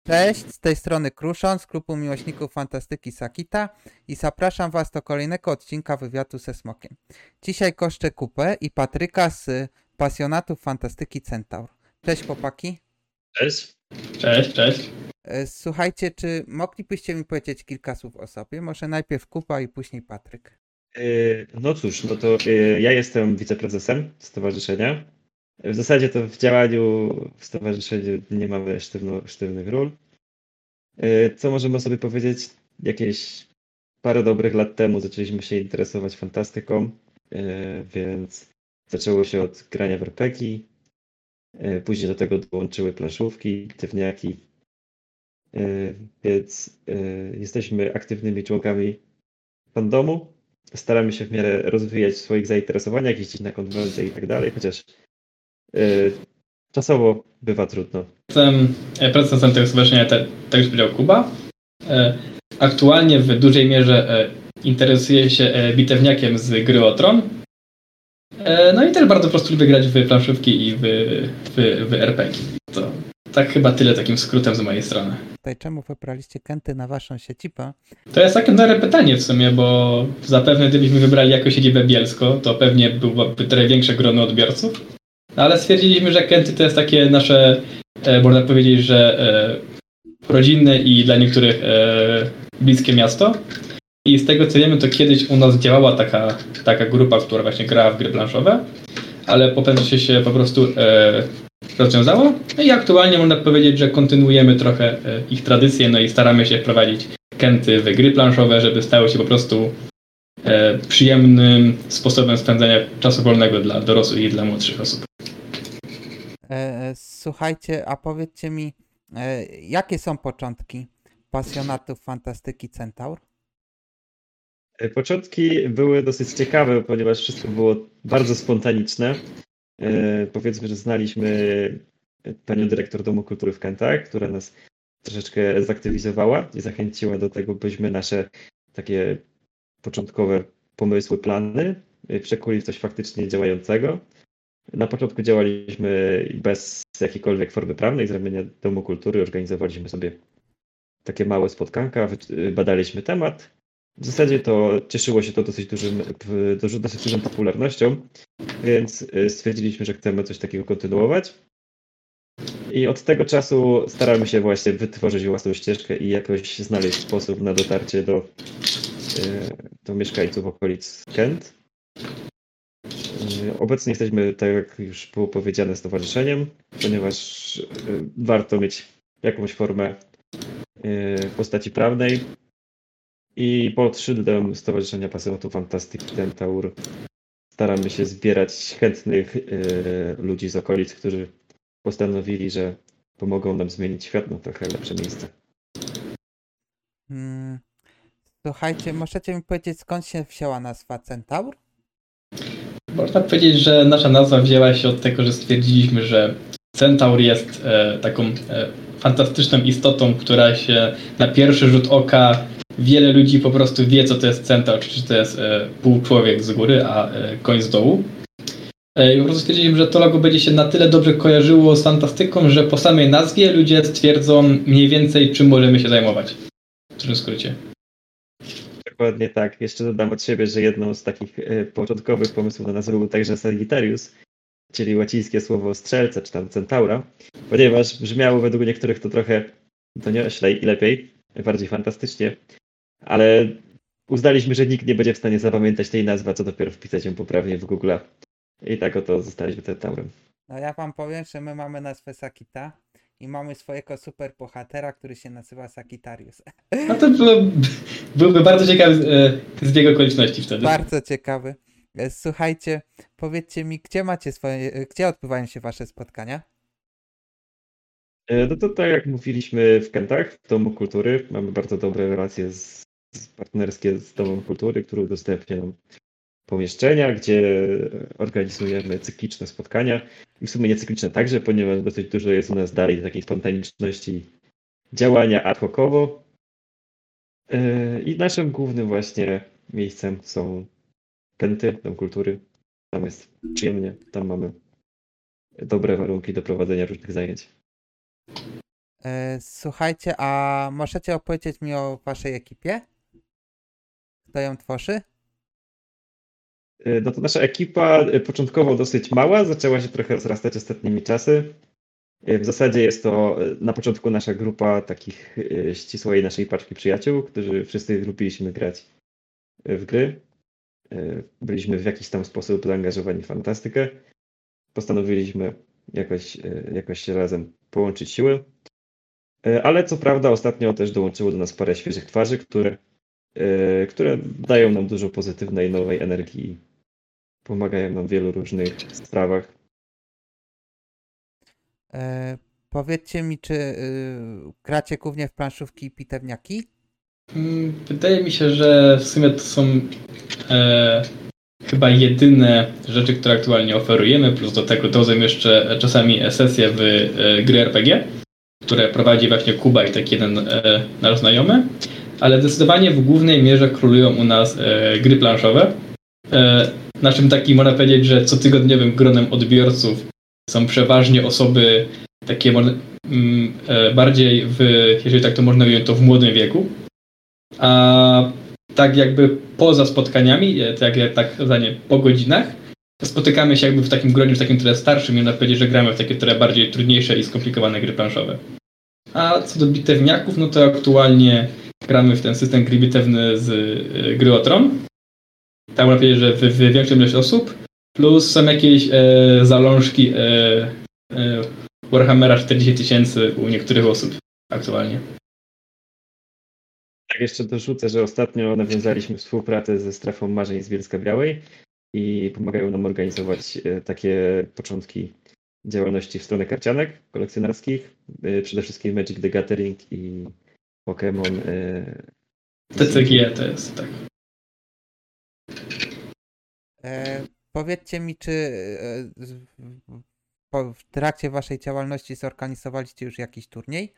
Cześć, z tej strony Kruszon z klubu miłośników fantastyki Sakita i zapraszam Was do kolejnego odcinka wywiadu ze Smokiem. Dzisiaj goszczę Kupę i Patryka z pasjonatów fantastyki Centaur. Cześć chłopaki. Cześć. Cześć, cześć. Słuchajcie, czy moglibyście mi powiedzieć kilka słów o sobie? Może najpierw Kupa i później Patryk. No cóż, no to ja jestem wiceprezesem stowarzyszenia. W zasadzie to w działaniu w stowarzyszeniu nie mamy sztywnych ról. Co możemy o sobie powiedzieć? Jakieś parę dobrych lat temu zaczęliśmy się interesować fantastyką, więc zaczęło się od grania w RPG. Później do tego dołączyły planszówki, tywniaki. Więc jesteśmy aktywnymi członkami fandomu. Staramy się w miarę rozwijać w swoich zainteresowaniach, jeździć na konwencje i tak dalej, chociaż czasowo bywa trudno. Jestem prezesem tego stowarzyszenia, tak jak powiedział Kuba. Aktualnie w dużej mierze interesuję się bitewniakiem z gry o Tron. No i też bardzo po prostu lubię grać w planszówki i w RPG. To tak chyba tyle takim skrótem z mojej strony. Tutaj czemu wybraliście Kenty na waszą siedzibę? To jest takie dobre pytanie w sumie, bo zapewne gdybyśmy wybrali jakąś siedzibę Bielsko, to pewnie byłoby trochę większe grono odbiorców. Ale stwierdziliśmy, że Kenty to jest takie nasze, można powiedzieć, że rodzinne i dla niektórych bliskie miasto. I z tego co wiemy, to kiedyś u nas działała taka grupa, która właśnie grała w gry planszowe, ale po pewnym czasie się po prostu rozwiązało. No i aktualnie można powiedzieć, że kontynuujemy trochę ich tradycję, no i staramy się wprowadzić Kenty w gry planszowe, żeby stały się po prostu przyjemnym sposobem spędzania czasu wolnego dla dorosłych i dla młodszych osób. Słuchajcie, a powiedzcie mi, jakie są początki pasjonatów fantastyki Centaur? Początki były dosyć ciekawe, ponieważ wszystko było bardzo spontaniczne. Powiedzmy, że znaliśmy panią dyrektor Domu Kultury w Kętach, która nas troszeczkę zaktywizowała i zachęciła do tego, byśmy nasze takie początkowe pomysły, plany przekuli w coś faktycznie działającego. Na początku działaliśmy bez jakiejkolwiek formy prawnej, z ramienia Domu Kultury organizowaliśmy sobie takie małe spotkanka, badaliśmy temat. W zasadzie to cieszyło się to dosyć dużą popularnością, więc stwierdziliśmy, że chcemy coś takiego kontynuować. I od tego czasu staramy się właśnie wytworzyć własną ścieżkę i jakoś znaleźć sposób na dotarcie do mieszkańców okolic Kent. Obecnie jesteśmy, tak jak już było powiedziane, stowarzyszeniem, ponieważ warto mieć jakąś formę postaci prawnej. I pod szyldem Stowarzyszenia Pasjonatów Fantastyki Centaur staramy się zbierać chętnych ludzi z okolic, którzy postanowili, że pomogą nam zmienić świat na trochę lepsze miejsce. Słuchajcie, możecie mi powiedzieć, skąd się wzięła nazwa Centaur? Można powiedzieć, że nasza nazwa wzięła się od tego, że stwierdziliśmy, że Centaur jest taką fantastyczną istotą, która się na pierwszy rzut oka wiele ludzi po prostu wie, co to jest Centaur, czy to jest pół człowiek z góry, a koń z dołu. I po prostu stwierdziliśmy, że to logo będzie się na tyle dobrze kojarzyło z fantastyką, że po samej nazwie ludzie stwierdzą mniej więcej, czym możemy się zajmować. W dużym skrócie. Dokładnie tak. Jeszcze dodam od siebie, że jedną z takich początkowych pomysłów na nazwę był także Sagittarius, czyli łacińskie słowo strzelca, czy tam centaura, ponieważ brzmiało według niektórych to trochę donioślej i lepiej, bardziej fantastycznie, ale uznaliśmy, że nikt nie będzie w stanie zapamiętać tej nazwy, a co dopiero wpisać ją poprawnie w Google'a. I tak oto zostaliśmy centaurem. No ja wam powiem, że my mamy nazwę Sakita i mamy swojego superbohatera, który się nazywa Sagittarius. No to byłby bardzo ciekawy zbieg okoliczności wtedy. Bardzo ciekawy. Słuchajcie, powiedzcie mi, gdzie odbywają się wasze spotkania? No to tak jak mówiliśmy w Kętach, w Domu Kultury, mamy bardzo dobre relacje partnerskie z Domem Kultury, który udostępnia nam pomieszczenia, gdzie organizujemy cykliczne spotkania i w sumie niecykliczne także, ponieważ dosyć dużo jest u nas dalej takiej spontaniczności działania ad hocowo. I naszym głównym właśnie miejscem są Kęty, Dom Kultury. Tam jest przyjemnie, tam mamy dobre warunki do prowadzenia różnych zajęć. Słuchajcie, a możecie opowiedzieć mi o waszej ekipie? Kto ją tworzy? No to nasza ekipa początkowo dosyć mała, zaczęła się trochę rozrastać ostatnimi czasy. W zasadzie jest to na początku nasza grupa takich ścisłej naszej paczki przyjaciół, którzy wszyscy lubiliśmy grać w gry. Byliśmy w jakiś tam sposób zaangażowani w fantastykę. Postanowiliśmy jakoś się razem połączyć siły. Ale co prawda ostatnio też dołączyło do nas parę świeżych twarzy, które dają nam dużo pozytywnej, nowej energii i pomagają nam w wielu różnych sprawach. Powiedzcie mi, czy gracie głównie w planszówki i pitewniaki? Wydaje mi się, że w sumie to są chyba jedyne rzeczy, które aktualnie oferujemy, plus do tego dozą jeszcze czasami sesje w gry RPG, które prowadzi właśnie Kuba i taki jeden nasz znajomy, ale zdecydowanie w głównej mierze królują u nas gry planszowe. Naszym takim, można powiedzieć, że cotygodniowym gronem odbiorców są przeważnie osoby takie bardziej jeżeli tak to można ująć, to w młodym wieku. A tak jakby poza spotkaniami, tak zdanie po godzinach, to spotykamy się jakby w takim gronie, w takim trochę starszym, można powiedzieć, że gramy w takie trochę bardziej trudniejsze i skomplikowane gry planszowe. A co do bitewniaków, no to aktualnie gramy w ten system gry bitewny z gry o Tron. Tak można powiedzieć, że w większej ilości osób, plus są jakieś zalążki Warhammera 40 000 u niektórych osób aktualnie. Tak, jeszcze dorzucę, że ostatnio nawiązaliśmy współpracę ze Strefą Marzeń z Bielska-Białej i pomagają nam organizować takie początki działalności w stronę karcianek kolekcjonerskich. Przede wszystkim Magic the Gathering i Pokémon. TCG to jest, tak. Powiedzcie mi, czy w trakcie waszej działalności zorganizowaliście już jakiś turniej?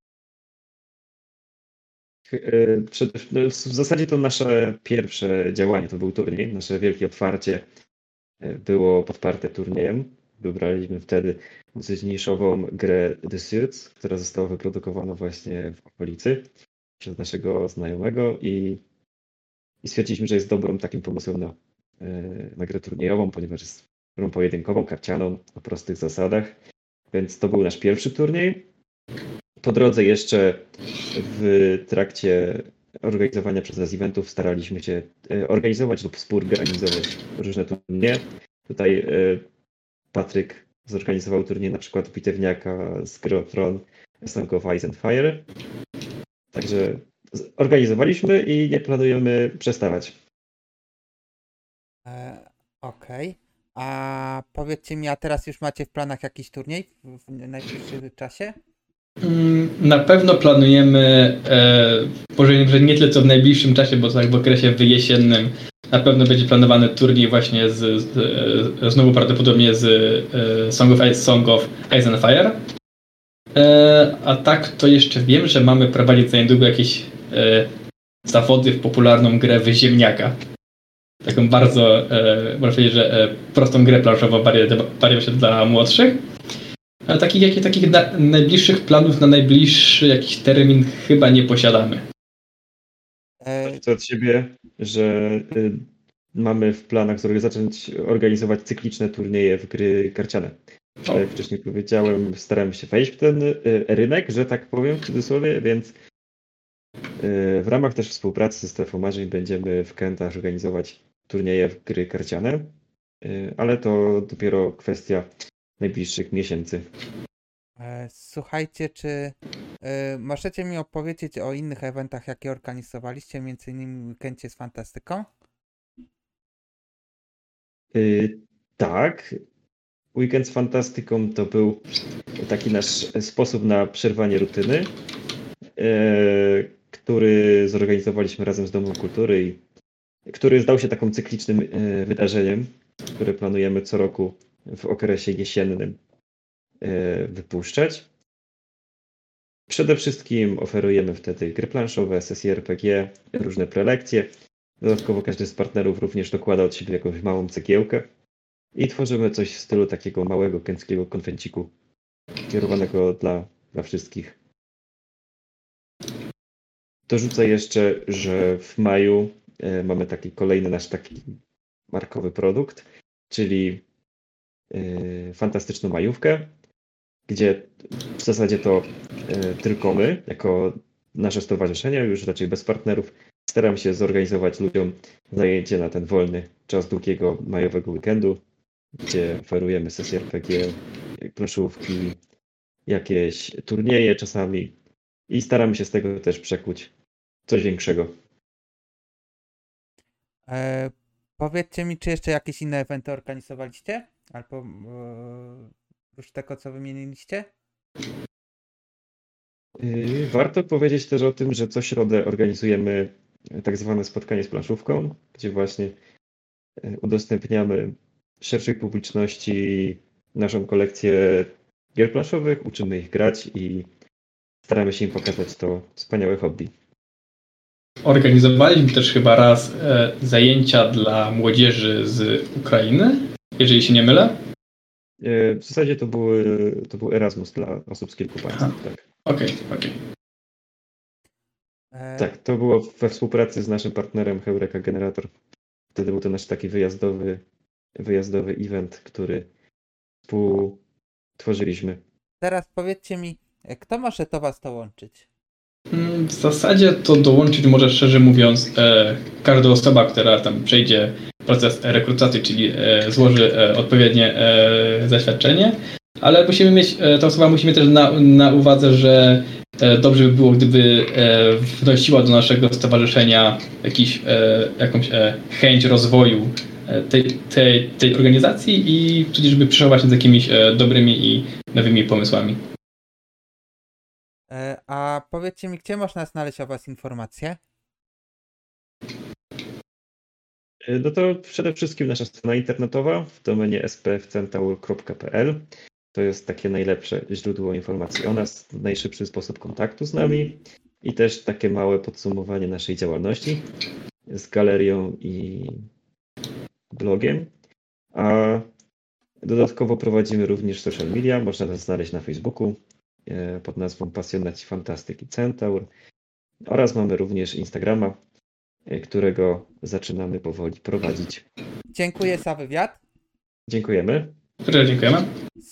W zasadzie to nasze pierwsze działanie to był turniej. Nasze wielkie otwarcie było podparte turniejem. Wybraliśmy wtedy dosyć niszową grę The Suits, która została wyprodukowana właśnie w okolicy przez naszego znajomego i stwierdziliśmy, że jest dobrym takim pomysłem na grę turniejową, ponieważ jest grą pojedynkową, karcianą, o prostych zasadach. Więc to był nasz pierwszy turniej. Po drodze jeszcze w trakcie organizowania przez nas eventów staraliśmy się organizować lub współorganizować różne turnieje. Tutaj Patryk zorganizował turniej na przykład bitewniaka z gry o Tron, A Song of Ice and Fire. Także organizowaliśmy i nie planujemy przestawać. Okej. A powiedzcie mi, a teraz już macie w planach jakiś turniej w najbliższym czasie? Na pewno planujemy, może nie tyle co w najbliższym czasie, bo tak w okresie jesiennym na pewno będzie planowany turniej właśnie znowu prawdopodobnie z Song of Ice and Fire. A tak to jeszcze wiem, że mamy prowadzić za niedługo jakieś zawody w popularną grę Wyziemniaka. Taką bardzo, można powiedzieć, że prostą grę planszową, bardziej się dla młodszych. Ale takich najbliższych planów na najbliższy jakiś termin chyba nie posiadamy. Chcę od siebie, że mamy w planach zacząć organizować cykliczne turnieje w gry karciane. Jak wcześniej powiedziałem, staramy się wejść w ten rynek, że tak powiem w cudzysłowie, więc w ramach też współpracy ze Strefą Marzeń będziemy w Kętach organizować turnieje w gry karciane, ale to dopiero kwestia najbliższych miesięcy. Słuchajcie, czy możecie mi opowiedzieć o innych eventach, jakie organizowaliście, między innymi Weekendzie z Fantastyką? Tak. Weekend z Fantastyką to był taki nasz sposób na przerwanie rutyny, który zorganizowaliśmy razem z Domem Kultury i który zdał się taką cyklicznym wydarzeniem, które planujemy co roku w okresie jesiennym wypuszczać. Przede wszystkim oferujemy wtedy gry planszowe, sesje RPG, różne prelekcje. Dodatkowo każdy z partnerów również dokłada od siebie jakąś małą cegiełkę i tworzymy coś w stylu takiego małego kęckiego konwenciku kierowanego dla wszystkich Dorzucę jeszcze, że w maju mamy taki kolejny nasz taki markowy produkt, czyli fantastyczną majówkę, gdzie w zasadzie to tylko my, jako nasze stowarzyszenie, już raczej bez partnerów, staram się zorganizować ludziom zajęcie na ten wolny czas długiego majowego weekendu, gdzie oferujemy sesje RPG, planszówki, jakieś turnieje czasami i staramy się z tego też przekuć coś większego. Powiedzcie mi, czy jeszcze jakieś inne eventy organizowaliście? Albo oprócz tego, co wymieniliście? Warto powiedzieć też o tym, że co środę organizujemy tak zwane spotkanie z planszówką, gdzie właśnie udostępniamy szerszej publiczności naszą kolekcję gier planszowych, uczymy ich grać i staramy się im pokazać to wspaniałe hobby. Organizowaliśmy też chyba raz zajęcia dla młodzieży z Ukrainy, jeżeli się nie mylę. W zasadzie to był Erasmus dla osób z kilku państw. Tak. Okej. Tak, to było we współpracy z naszym partnerem Heureka Generator. Wtedy był to nasz taki wyjazdowy event, który współtworzyliśmy. Teraz powiedzcie mi, kto może do was dołączyć? W zasadzie to dołączyć może, szczerze mówiąc, każda osoba, która tam przejdzie proces rekrutacji, czyli złoży odpowiednie zaświadczenie, ale musimy mieć, ta osoba musi mieć też na uwadze, że dobrze by było, gdyby wnosiła do naszego stowarzyszenia jakąś chęć rozwoju tej organizacji i przecież by przyszła właśnie z jakimiś dobrymi i nowymi pomysłami. A powiedzcie mi, gdzie można znaleźć o was informacje? No to przede wszystkim nasza strona internetowa w domenie spfcentaur.pl. To jest takie najlepsze źródło informacji o nas, najszybszy sposób kontaktu z nami i też takie małe podsumowanie naszej działalności z galerią i blogiem. A dodatkowo prowadzimy również social media. Można nas znaleźć na Facebooku pod nazwą Pasjonaci Fantastyki Centaur oraz mamy również Instagrama, którego zaczynamy powoli prowadzić. Dziękuję za wywiad. Dziękujemy. Dziękujemy.